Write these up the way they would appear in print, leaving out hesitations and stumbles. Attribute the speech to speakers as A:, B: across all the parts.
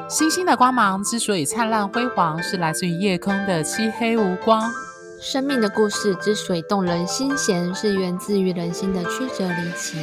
A: 星星的光芒之所以灿烂辉煌，是来自于夜空的漆黑无光。
B: 生命的故事之所以动人心弦，是源自于人心的曲折离奇。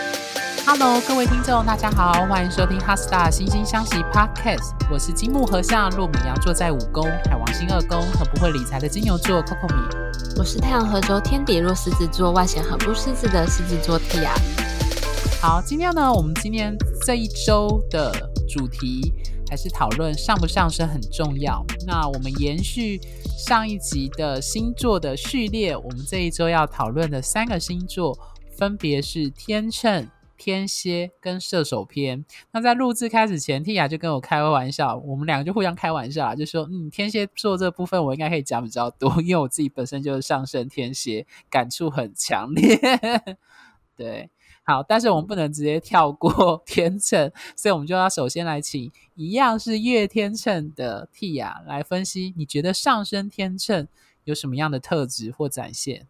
A: Hello， 各位听众，大家好，欢迎收听哈斯塔惺惺相惜 Podcast。我是金木合相、落母羊座在5宫、海王星2宫，很不会理财的金牛座 Coco 米。
B: 我是太阳合轴天底落狮子座，外显很不狮子的狮子座 Tia。
A: 好，今天呢，我们今天这一周的主题还是讨论上不上升很重要。那我们延续上一集的星座的序列，我们这一周要讨论的3个星座分别是天秤、天蝎跟射手篇。那在录制开始前 Tia 就跟我开玩笑，我们两个就互相开玩笑啦，就说天蝎座这部分我应该可以讲比较多，因为我自己本身就是上升天蝎，感触很强烈对，好，但是我们不能直接跳过天秤，所以我们就要首先来请一样是月天秤的 Tia 来分析，你觉得上升天秤有什么样的特质或展现？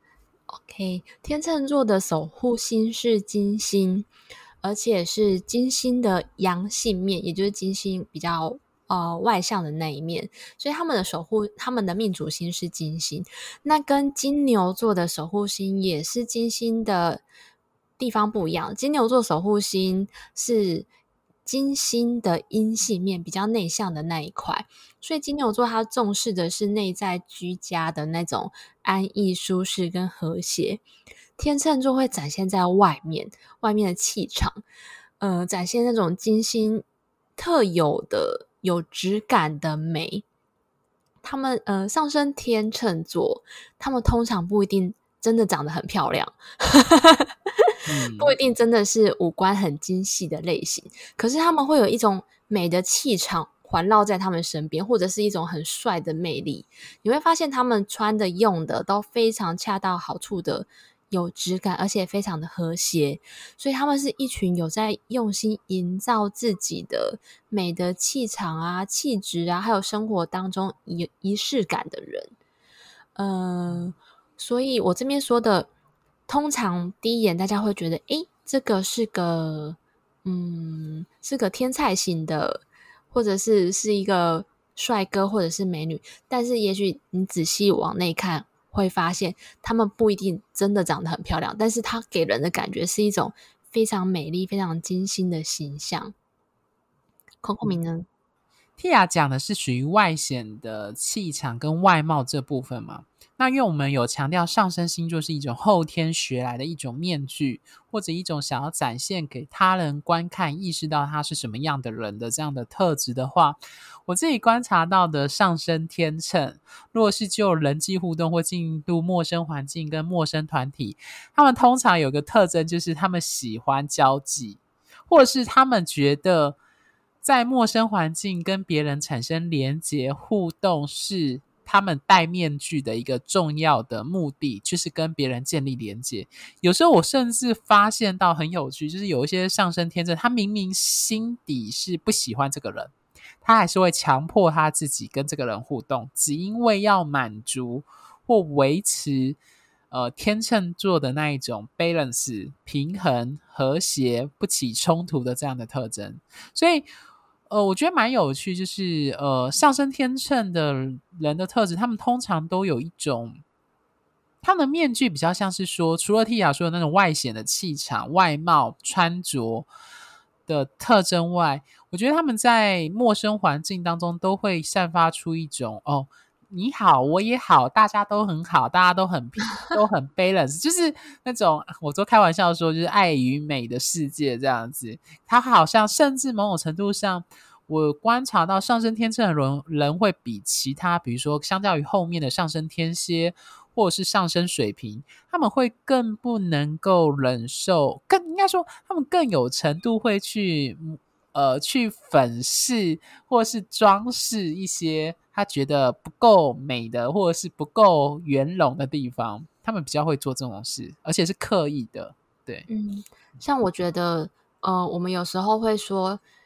B: OK， 天秤座的守护星是金星，而且是金星的阳性面，也就是金星比较外向的那一面，所以他们的守护，他们的命主星是金星。那跟金牛座的守护星也是金星的地方不一样，金牛座守护星是金星的阴性面，比较内向的那一块，所以金牛座它重视的是内在居家的那种安逸、舒适跟和谐。天秤座会展现在外面的气场，展现那种金星特有的有质感的美。他们上升天秤座，他们通常不一定真的长得很漂亮不一定真的是五官很精细的类型，可是他们会有一种美的气场环绕在他们身边，或者是一种很帅的魅力。你会发现他们穿的用的都非常恰到好处的有质感，而且非常的和谐，所以他们是一群有在用心营造自己的美的气场啊、气质啊，还有生活当中仪式感的人。所以我这边说的，通常第一眼大家会觉得，诶，这个是个天才型的，或者是一个帅哥或者是美女，但是也许你仔细往内看，会发现他们不一定真的长得很漂亮，但是他给人的感觉是一种非常美丽、非常精心的形象。空空明呢
A: Tia 讲的是属于外显的气场跟外貌这部分嘛？那因为我们有强调上升星座是一种后天学来的一种面具，或者一种想要展现给他人观看意识到他是什么样的人的这样的特质的话，我自己观察到的上升天秤，如果是就人际互动或进入陌生环境跟陌生团体，他们通常有个特征，就是他们喜欢交际，或者是他们觉得在陌生环境跟别人产生连结互动是他们戴面具的一个重要的目的，就是跟别人建立连结。有时候我甚至发现到很有趣，就是有一些上升天秤，他明明心底是不喜欢这个人，他还是会强迫他自己跟这个人互动，只因为要满足或维持天秤座的那一种 balance 平衡、和谐、不起冲突的这样的特征。所以我觉得蛮有趣，就是上升天秤的人的特质，他们通常都有一种，他们的面具比较像是说，除了 Tia 说的那种外显的气场、外貌、穿着的特征外，我觉得他们在陌生环境当中都会散发出一种你好，我也好，大家都很好，大家都很balance， 就是那种我都开玩笑说，就是爱与美的世界这样子。他好像甚至某种程度上，我观察到上升天秤的人会比其他，比如说相较于后面的上升天蝎或者是上升水瓶，他们会更不能够忍受，应该说他们更有程度会去粉饰或是装饰一些他觉得不够美的或者是不够圆融的地方，他们比较会做这种事，而且是刻意的。对，
B: 像我觉得我们有时候会说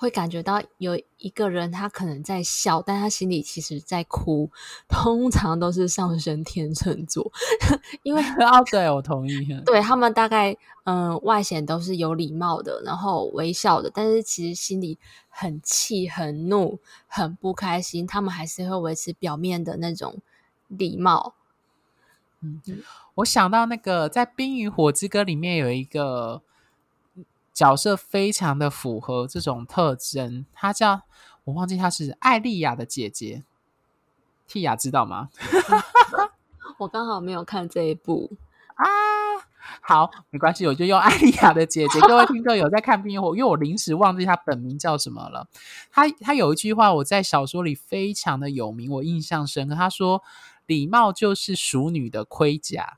B: 会感觉到有一个人他可能在笑，但他心里其实在哭，通常都是上升天秤座。因为
A: 哦，对，我同意。
B: 对，他们大概外显都是有礼貌的，然后微笑的，但是其实心里很气、很怒、很不开心，他们还是会维持表面的那种礼貌。
A: 我想到那个在《冰与火之歌》里面有一个角色非常的符合这种特征，她叫我忘记她是艾莉亚的姐姐，蒂亚知道吗？
B: 我刚好没有看这一部
A: 啊，好，没关系，我就用艾莉亚的姐姐。各位听众有在看《冰与火》，因为我临时忘记她本名叫什么了。她有一句话，我在小说里非常的有名，我印象深刻。她说：礼貌就是淑女的盔甲。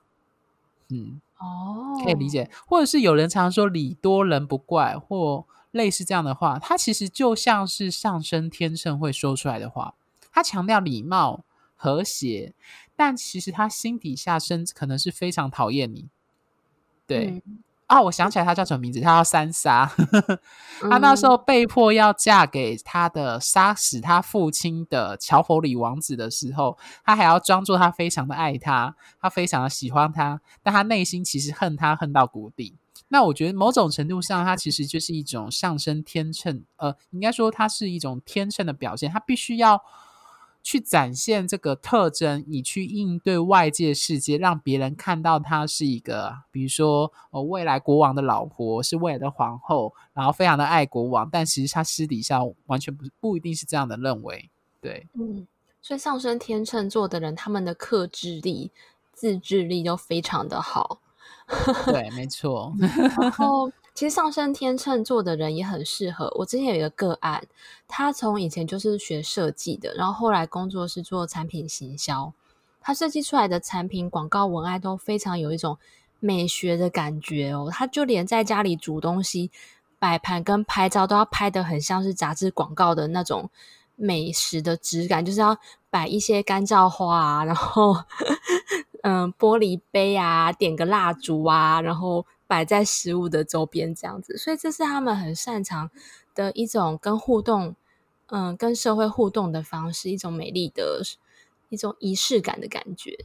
A: 可以理解。或者是有人常说礼多人不怪，或类似这样的话，它其实就像是上升天秤会说出来的话。他强调礼貌和谐，但其实他心底下可能是非常讨厌你。对，我想起来他叫什么名字，他叫三莎。他那时候被迫要嫁给他的杀死他父亲的乔佛里王子的时候，他还要装作他非常的爱他，他非常的喜欢他，但他内心其实恨他恨到谷底。那我觉得某种程度上他其实就是一种上升天秤，应该说它是一种天秤的表现，他必须要去展现这个特征，以去应对外界世界，让别人看到他是一个比如说未来国王的老婆，是未来的皇后，然后非常的爱国王，但其实他私底下完全不一定是这样的认为。对，
B: 所以上升天秤座的人，他们的克制力、自制力都非常的好。
A: 对，没错。
B: 然后其实上升天秤座的人也很适合，我之前有一个个案，他从以前就是学设计的，然后后来工作是做产品行销，他设计出来的产品广告文案都非常有一种美学的感觉哦，他就连在家里煮东西摆盘跟拍照都要拍得很像是杂志广告的那种美食的质感，就是要摆一些干燥花啊，然后玻璃杯啊，点个蜡烛啊，然后摆在食物的周边这样子，所以这是他们很擅长的一种跟互动跟社会互动的方式，一种美丽的一种仪式感的感觉。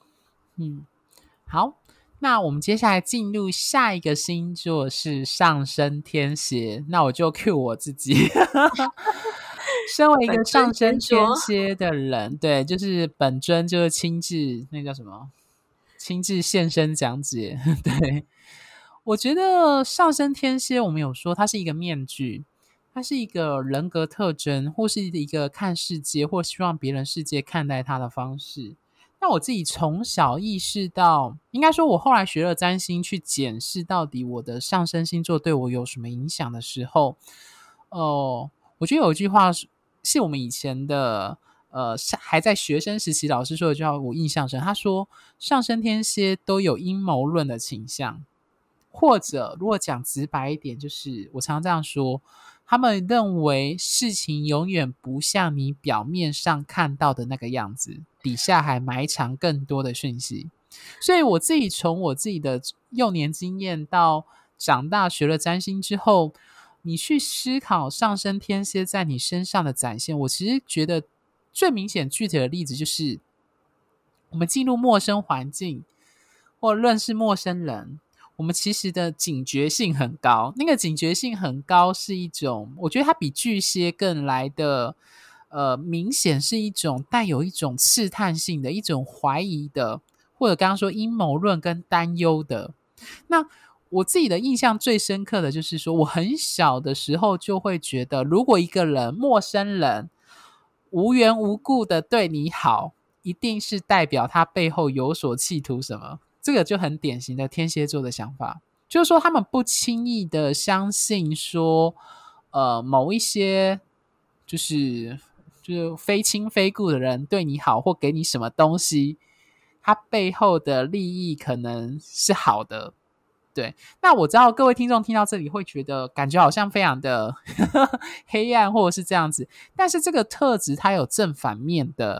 A: 好，那我们接下来进入下一个星座是上升天蝎，那我就 cue 我自己。身为一个上升天蝎的人，对，就是本尊就是亲自那叫什么，亲自现身讲解。对，我觉得上升天蝎我们有说它是一个面具，它是一个人格特征，或是一个看世界或希望别人世界看待它的方式。那我自己从小意识到，应该说我后来学了占星去检视到底我的上升星座对我有什么影响的时候，我觉得有一句话是我们以前的还在学生时期老师说的句话，我印象深。他说上升天蝎都有阴谋论的倾向，或者如果讲直白一点，就是我常常这样说，他们认为事情永远不像你表面上看到的那个样子，底下还埋藏更多的讯息。所以我自己从我自己的幼年经验到长大学了占星之后，你去思考上升天蝎在你身上的展现，我其实觉得最明显具体的例子就是我们进入陌生环境或认识陌生人，我们其实的警觉性很高，那个警觉性很高是一种，我觉得它比巨蟹更来的明显，是一种带有一种试探性的一种怀疑的，或者刚刚说阴谋论跟担忧的。那我自己的印象最深刻的就是说，我很小的时候就会觉得，如果一个人陌生人无缘无故的对你好，一定是代表他背后有所企图什么。这个就很典型的天蝎座的想法，就是说他们不轻易的相信说某一些就是非亲非故的人对你好或给你什么东西，他背后的利益可能是好的。对，那我知道各位听众听到这里会觉得感觉好像非常的黑暗或者是这样子，但是这个特质它有正反面的，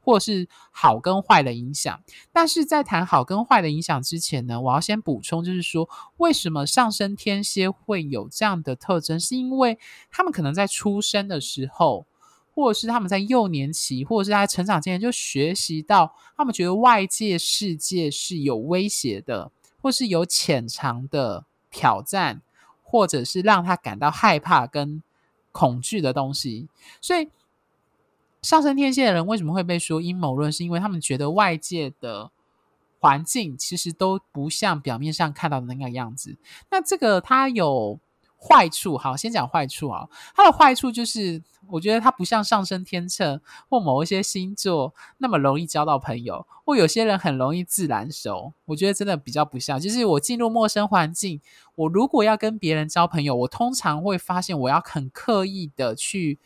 A: 或是好跟坏的影响。但是在谈好跟坏的影响之前呢，我要先补充，就是说为什么上升天蝎会有这样的特征，是因为他们可能在出生的时候，或者是他们在幼年期，或者是在成长阶段就学习到，他们觉得外界世界是有威胁的，或是有潜藏的挑战，或者是让他感到害怕跟恐惧的东西。所以上升天蝎的人为什么会被说阴谋论，是因为他们觉得外界的环境其实都不像表面上看到的那个样子。那这个它有坏处，好，先讲坏处啊。它的坏处就是，我觉得它不像上升天秤或某一些星座那么容易交到朋友，或有些人很容易自然熟。我觉得真的比较不像，就是我进入陌生环境，我如果要跟别人交朋友，我通常会发现我要很刻意的去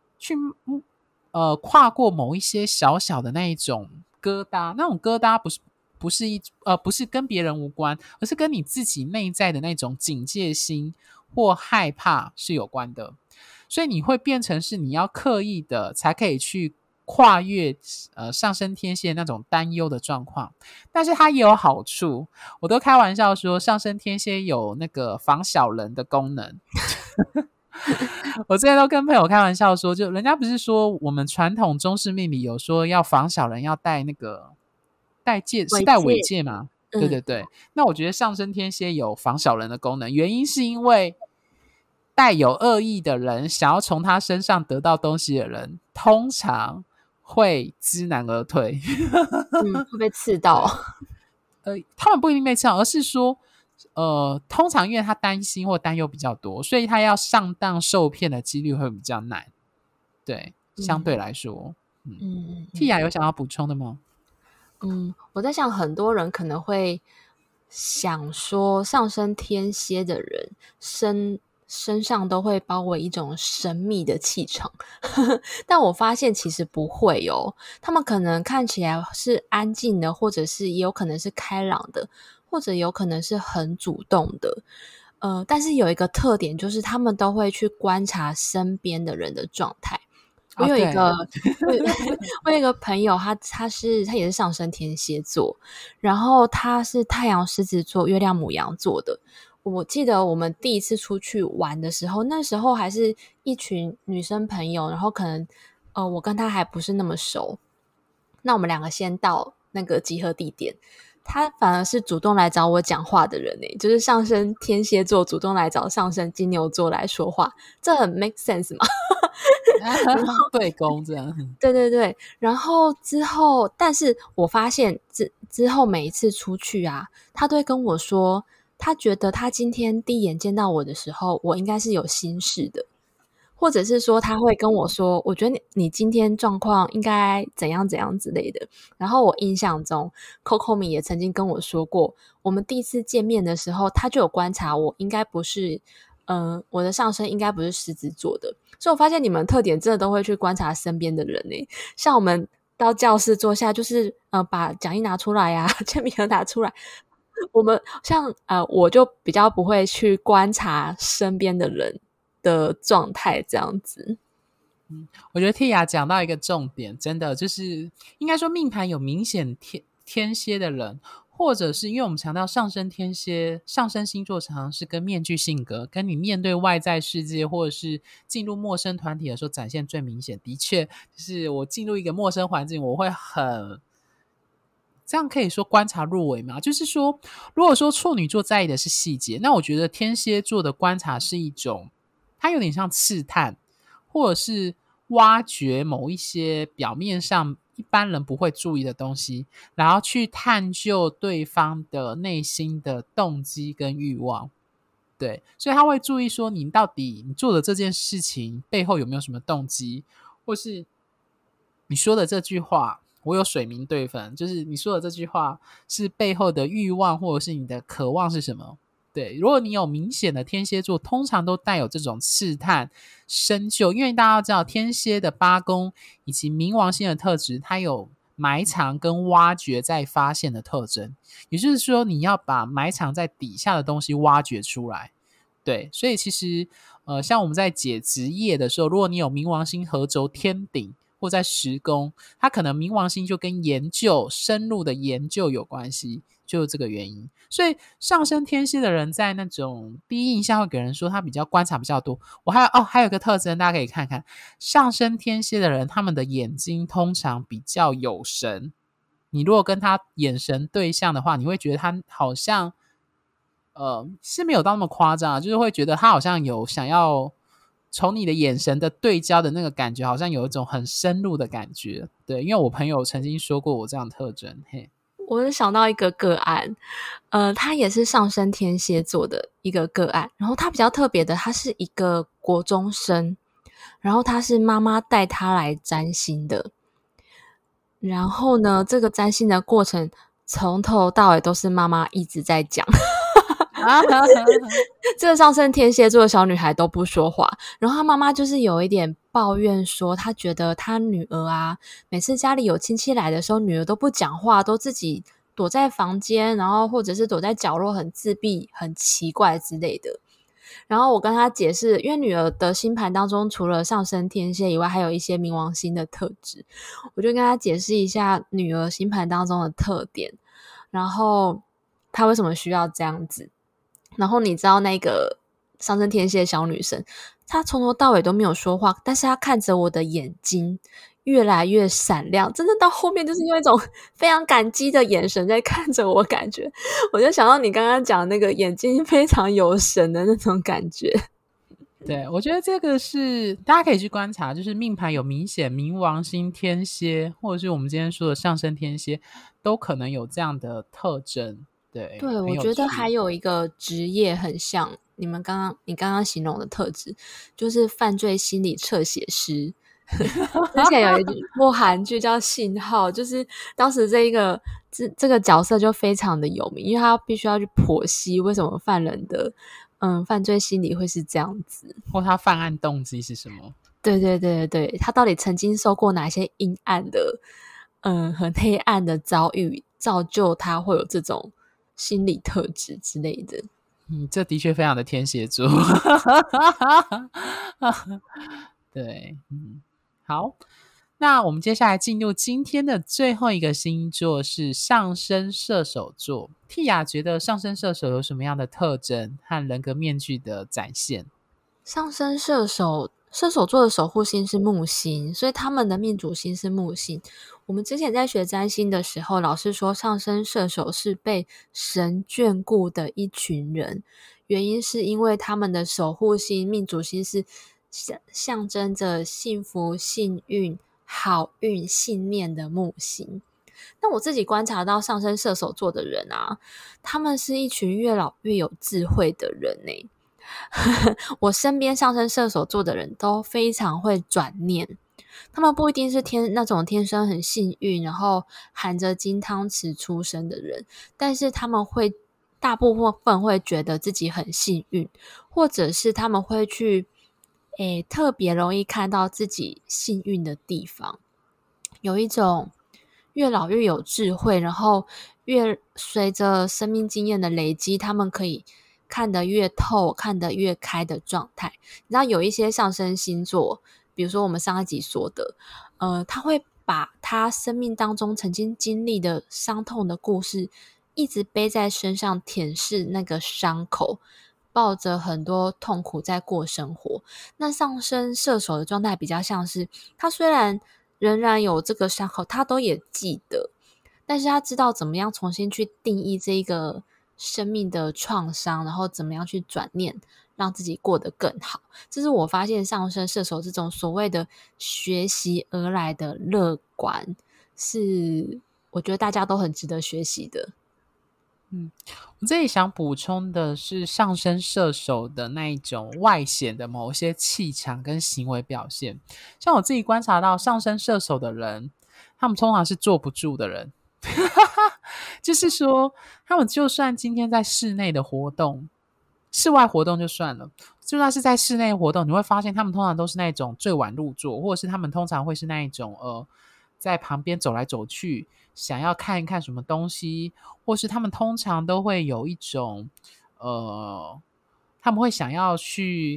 A: 跨过某一些小小的那一种疙瘩，那种疙瘩不是跟别人无关，而是跟你自己内在的那种警戒心或害怕是有关的。所以你会变成是你要刻意的才可以去跨越上升天蝎那种担忧的状况。但是它也有好处，我都开玩笑说上升天蝎有那个防小人的功能。我之前都跟朋友开玩笑说，就人家不是说我们传统中式命理有说要防小人要戴那个戴尾戒吗？对对对。那我觉得上升天蝎有防小人的功能，原因是因为带有恶意的人想要从他身上得到东西的人，通常会知难而退。
B: 会被刺到。
A: 他们不一定被刺到，而是说通常因为他担心或担忧比较多，所以他要上当受骗的几率会比较难。对，相对来说。Tia 有想要补充的吗？
B: 我在想很多人可能会想说上升天蝎的人身上都会包围一种神秘的气场。但我发现其实不会哦，他们可能看起来是安静的，或者是也有可能是开朗的，或者有可能是很主动的。但是有一个特点，就是他们都会去观察身边的人的状态。我有一个我有一个朋友，他也是上升天蝎座，然后他是太阳狮子座，月亮牡羊座的。我记得我们第一次出去玩的时候，那时候还是一群女生朋友，然后可能我跟他还不是那么熟，那我们两个先到那个集合地点，他反而是主动来找我讲话的人欸，就是上升天蝎座主动来找上升金牛座来说话，这很 make sense 吗？
A: 对攻这样。
B: 对对对，然后之后，但是我发现之后每一次出去啊，他都会跟我说，他觉得他今天第一眼见到我的时候，我应该是有心事的，或者是说他会跟我说，我觉得你今天状况应该怎样怎样之类的。然后我印象中 Coco 米也曾经跟我说过，我们第一次见面的时候，他就有观察我应该不是我的上升应该不是狮子座的。所以我发现你们特点真的都会去观察身边的人欸，像我们到教室坐下，就是把讲义拿出来啊，铅笔盒拿出来。我们像我就比较不会去观察身边的人的状态这样子。
A: 我觉得 Tia 讲到一个重点，真的就是应该说命盘有明显天蝎的人，或者是因为我们强调上升天蝎上升星座常常是跟面具性格，跟你面对外在世界或者是进入陌生团体的时候展现最明显。的确就是我进入一个陌生环境，我会很这样可以说观察入微吗？就是说如果说处女座在意的是细节，那我觉得天蝎座的观察是一种它有点像刺探，或者是挖掘某一些表面上一般人不会注意的东西，然后去探究对方的内心的动机跟欲望。对，所以他会注意说你到底你做的这件事情背后有没有什么动机，或是你说的这句话，我有水明对分，就是你说的这句话是背后的欲望或者是你的渴望是什么。对，如果你有明显的天蝎座，通常都带有这种试探、深究，因为大家要知道天蝎的八宫以及冥王星的特质，它有埋藏跟挖掘再发现的特征，也就是说，你要把埋藏在底下的东西挖掘出来。对，所以其实像我们在解职业的时候，如果你有冥王星合轴天顶， 或在十宫，它可能冥王星就跟深入的研究有关系，就是这个原因。所以上升天蝎的人在那种第一印象会给人说他比较观察比较多。我还有一个特征，大家可以看看，上升天蝎的人他们的眼睛通常比较有神。你如果跟他眼神对象的话，你会觉得他好像是没有到那么夸张，就是会觉得他好像有想要从你的眼神的对焦的那个感觉，好像有一种很深入的感觉。对，因为我朋友曾经说过我这样的特征。嘿，
B: 我是想到一个个案，他也是上升天蝎座的一个个案，然后他比较特别的，他是一个国中生，然后他是妈妈带他来占星的，然后呢，这个占星的过程从头到尾都是妈妈一直在讲。这个上升天蝎座的小女孩都不说话，然后她妈妈就是有一点抱怨说，她觉得她女儿啊，每次家里有亲戚来的时候，女儿都不讲话，都自己躲在房间，然后或者是躲在角落很自闭、很奇怪之类的。然后我跟她解释，因为女儿的星盘当中除了上升天蝎以外，还有一些冥王星的特质，我就跟她解释一下女儿星盘当中的特点，然后她为什么需要这样子。然后你知道那个上升天蝎的小女生，她从头到尾都没有说话，但是她看着我的眼睛越来越闪亮，真的到后面就是用一种非常感激的眼神在看着我，感觉我就想到你刚刚讲那个眼睛非常有神的那种感觉。
A: 对，我觉得这个是大家可以去观察，就是命盘有明显冥王星天蝎，或者是我们今天说的上升天蝎，都可能有这样的特征。对，
B: 对，我觉得还有一个职业很像你刚刚形容的特质，就是犯罪心理侧写师。之前有一部韩剧叫《信号》，就是当时这个角色就非常的有名，因为他必须要去剖析为什么犯人的犯罪心理会是这样子，
A: 或他犯案动机是什么。
B: 对对对对，他到底曾经受过哪些阴暗的很黑暗的遭遇，造就他会有这种心理特质之类的。
A: 这的确非常的天蝎座。对，好，那我们接下来进入今天的最后一个星座是上升射手座。蒂亚觉得上升射手有什么样的特征和人格面具的展现？
B: 上升射手座的守护星是木星，所以他们的命主星是木星。我们之前在学占星的时候，老师说上升射手是被神眷顾的一群人，原因是因为他们的守护星命主星是象征着幸福、幸运、好运、信念的木星。那我自己观察到上升射手座的人啊，他们是一群越老越有智慧的人欸。我身边上升射手座的人都非常会转念，他们不一定是那种天生很幸运，然后含着金汤匙出生的人，但是他们会大部分会觉得自己很幸运，或者是他们会去特别容易看到自己幸运的地方，有一种越老越有智慧，然后越随着生命经验的累积，他们可以看得越透、看得越开的状态。你知道有一些上升星座，比如说我们上一集说的，他会把他生命当中曾经经历的伤痛的故事，一直背在身上，舔舐那个伤口，抱着很多痛苦在过生活。那上升射手的状态比较像是，他虽然仍然有这个伤口，他都也记得，但是他知道怎么样重新去定义这个生命的创伤，然后怎么样去转念，让自己过得更好。这是我发现上升射手这种所谓的学习而来的乐观，是我觉得大家都很值得学习的。
A: 我这里想补充的是上升射手的那一种外显的某些气场跟行为表现。像我自己观察到上升射手的人，他们通常是坐不住的人。就是说他们就算今天在室内的活动，室外活动就算了，就算是在室内活动，你会发现他们通常都是那种最晚入座，或者是他们通常会是那一种在旁边走来走去，想要看一看什么东西，或是他们通常都会有一种他们会想要去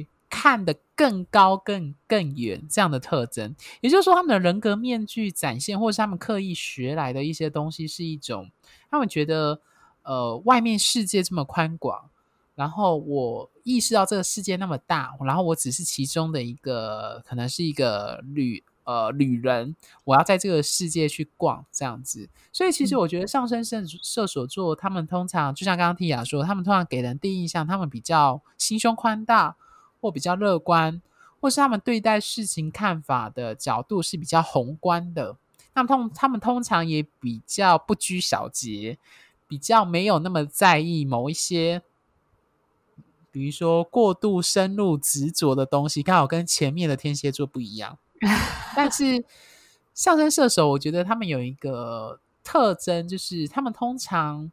A: 看得更高更远这样的特征。也就是说他们的人格面具展现或是他们刻意学来的一些东西是一种他们觉得外面世界这么宽广，然后我意识到这个世界那么大，然后我只是其中的一个可能是一个旅人，我要在这个世界去逛这样子。所以其实我觉得上升射手座他们通常就像刚刚 Tia 说，他们通常给人第一印象他们比较心胸宽大或比较乐观，或是他们对待事情看法的角度是比较宏观的。那他们通常也比较不拘小节，比较没有那么在意某一些比如说过度深入执着的东西，刚好跟前面的天蝎座不一样。但是上升射手我觉得他们有一个特征，就是他们通常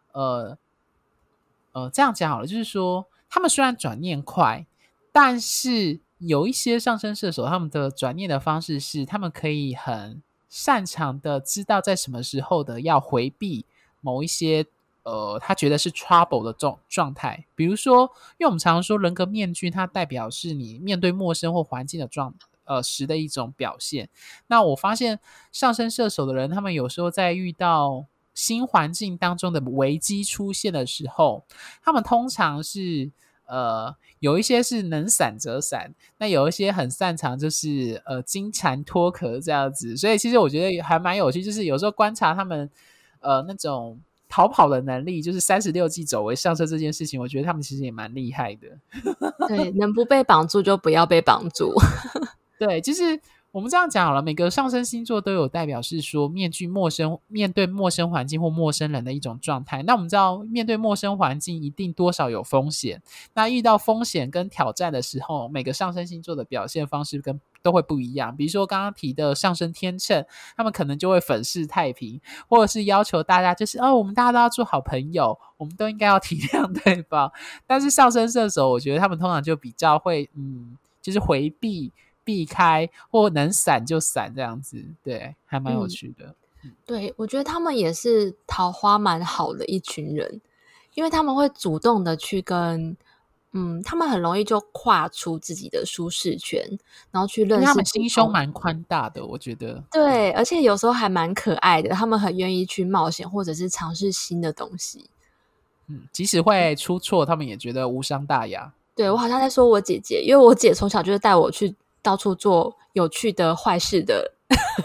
A: 这样讲好了，就是说他们虽然转念快，但是有一些上升射手他们的转念的方式是他们可以很擅长的知道在什么时候的要回避某一些他觉得是 trouble 的状态。比如说因为我们常常说人格面具它代表是你面对陌生或环境的时的一种表现。那我发现上升射手的人他们有时候在遇到新环境当中的危机出现的时候，他们通常是有一些是能闪则闪，那有一些很擅长就是金蝉脱壳这样子。所以其实我觉得还蛮有趣，就是有时候观察他们那种逃跑的能力，就是36计走为上升这件事情，我觉得他们其实也蛮厉害的。
B: 对，能不被绑住就不要被绑住。
A: 对，就是我们这样讲好了，每个上升星座都有代表是说面对陌生环境或陌生人的一种状态。那我们知道面对陌生环境一定多少有风险，那遇到风险跟挑战的时候，每个上升星座的表现方式都会不一样。比如说刚刚提的上升天秤，他们可能就会粉饰太平，或者是要求大家就是我们大家都要做好朋友，我们都应该要体谅对方。但是上升射手我觉得他们通常就比较会就是避开，或能闪就闪这样子。对，还蛮有趣的。
B: 对，我觉得他们也是桃花蛮好的一群人，因为他们会主动的去跟他们很容易就跨出自己的舒适圈，然后去认识
A: 他们心胸蛮宽大的，我觉得。
B: 对，而且有时候还蛮可爱的，他们很愿意去冒险或者是尝试新的东西。
A: 即使会出错，他们也觉得无伤大雅。
B: 对，我好像在说我姐姐，因为我姐从小就是带我去到处做有趣的坏事的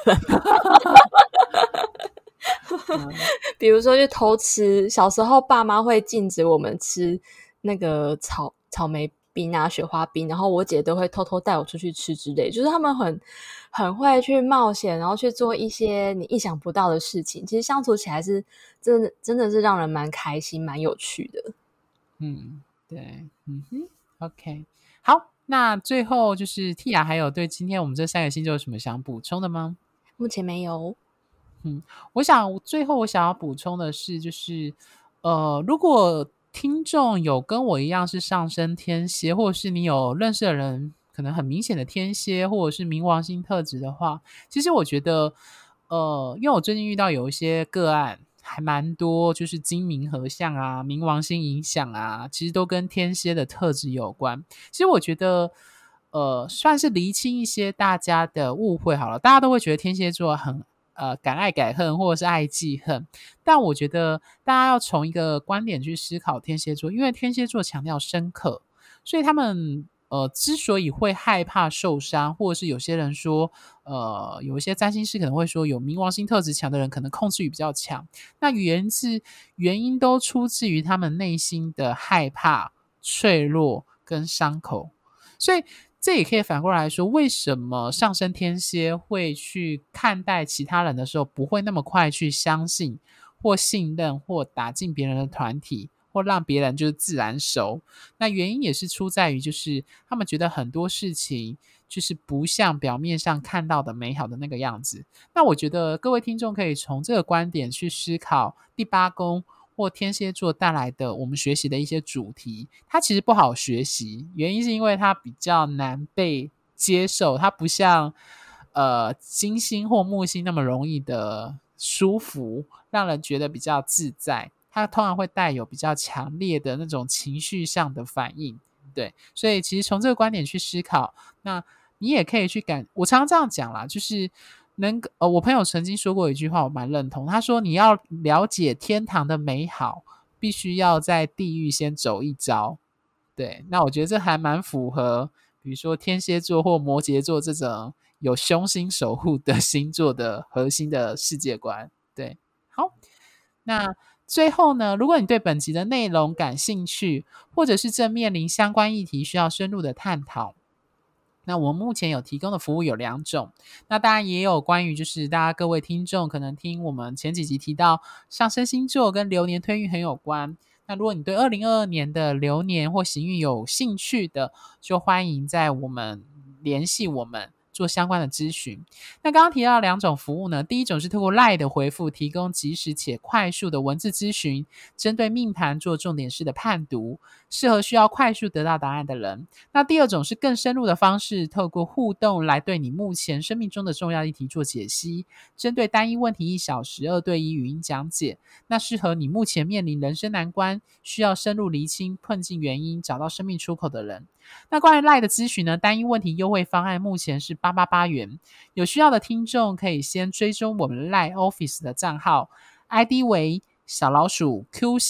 B: 比如说去偷吃，小时候爸妈会禁止我们吃那个草莓冰啊、雪花冰，然后我姐都会偷偷带我出去吃之类，就是他们很会去冒险，然后去做一些你意想不到的事情。其实相处起来是真的是让人蛮开心、蛮有趣的。
A: 对，OK， 好，那最后就是 Tia 还有对今天我们这3个星座有什么想补充的吗？
B: 目前没有。
A: 最后我想要补充的是，就是如果听众有跟我一样是上升天蝎，或者是你有认识的人可能很明显的天蝎或者是冥王星特质的话，其实我觉得因为我最近遇到有一些个案还蛮多，就是金冥合相啊、冥王星影响啊，其实都跟天蝎的特质有关。其实我觉得算是厘清一些大家的误会好了。大家都会觉得天蝎座很敢爱敢恨或者是爱记恨，但我觉得大家要从一个观点去思考天蝎座，因为天蝎座强调深刻，所以他们之所以会害怕受伤，或者是有些人说有一些占星师可能会说有冥王星特质强的人可能控制欲比较强，那原因都出自于他们内心的害怕、脆弱跟伤口。所以这也可以反过来说，为什么上升天蝎会去看待其他人的时候不会那么快去相信或信任或打进别人的团体，或让别人就是自然熟。那原因也是出在于就是他们觉得很多事情就是不像表面上看到的美好的那个样子。那我觉得各位听众可以从这个观点去思考第8宫或天蝎座带来的我们学习的一些主题，它其实不好学习，原因是因为它比较难被接受，它不像金星或木星那么容易的舒服，让人觉得比较自在，它通常会带有比较强烈的那种情绪上的反应。 对，所以其实从这个观点去思考，那你也可以去我常常这样讲啦，就是我朋友曾经说过一句话，我蛮认同。他说：“你要了解天堂的美好，必须要在地狱先走一遭。”对，那我觉得这还蛮符合，比如说天蝎座或摩羯座这种有凶星守护的星座的核心的世界观。对，好，那最后呢，如果你对本集的内容感兴趣，或者是正面临相关议题需要深入的探讨，那我们目前有提供的服务有2种，那当然也有关于就是大家各位听众可能听我们前几集提到上升星座跟流年推运很有关，那如果你对2022年的流年或行运有兴趣的，就欢迎在我们联系我们做相关的咨询。那刚刚提到2种服务呢，第一种是透过 LINE 的回复提供及时且快速的文字咨询，针对命盘做重点式的判读，适合需要快速得到答案的人。那第二种是更深入的方式，透过互动来对你目前生命中的重要议题做解析，针对单一问题1小时2对1语音讲解，那适合你目前面临人生难关，需要深入厘清困境原因，找到生命出口的人。那关于 LINE 的咨询呢，单一问题优惠方案目前是888元，有需要的听众可以先追踪我们 LINE Office 的账号 ID 为小老鼠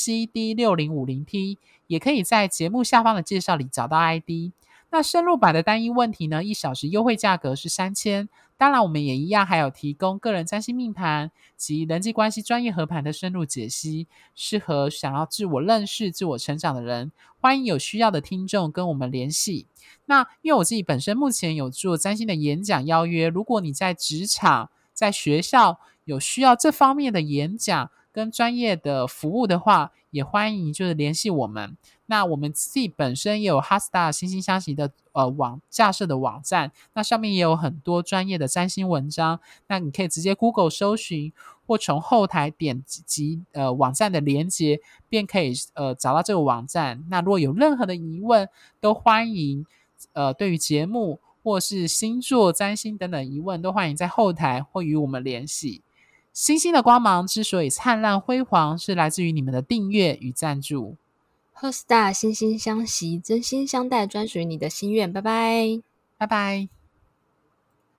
A: QCD6050T， 也可以在节目下方的介绍里找到 ID。 那深入版的单一问题呢，1小时优惠价格是3000，当然我们也一样还有提供个人占星命盘及人际关系专业合盘的深入解析，适合想要自我认识自我成长的人，欢迎有需要的听众跟我们联系。那因为我自己本身目前有做占星的演讲邀约，如果你在职场在学校有需要这方面的演讲跟专业的服务的话，也欢迎就是联系我们。那我们自己本身也有 HeartStar 惺惺相惜的架设的网站，那上面也有很多专业的占星文章，那你可以直接 Google 搜寻，或从后台点击网站的连结，便可以找到这个网站。那如果有任何的疑问，都欢迎对于节目或是星座占星等等疑问，都欢迎在后台或与我们联系。星星的光芒之所以灿烂辉煌，是来自于你们的订阅与赞助。
B: HeartStar 惺惺相惜，真心相待，专属于你的心愿。拜拜，
A: 拜拜。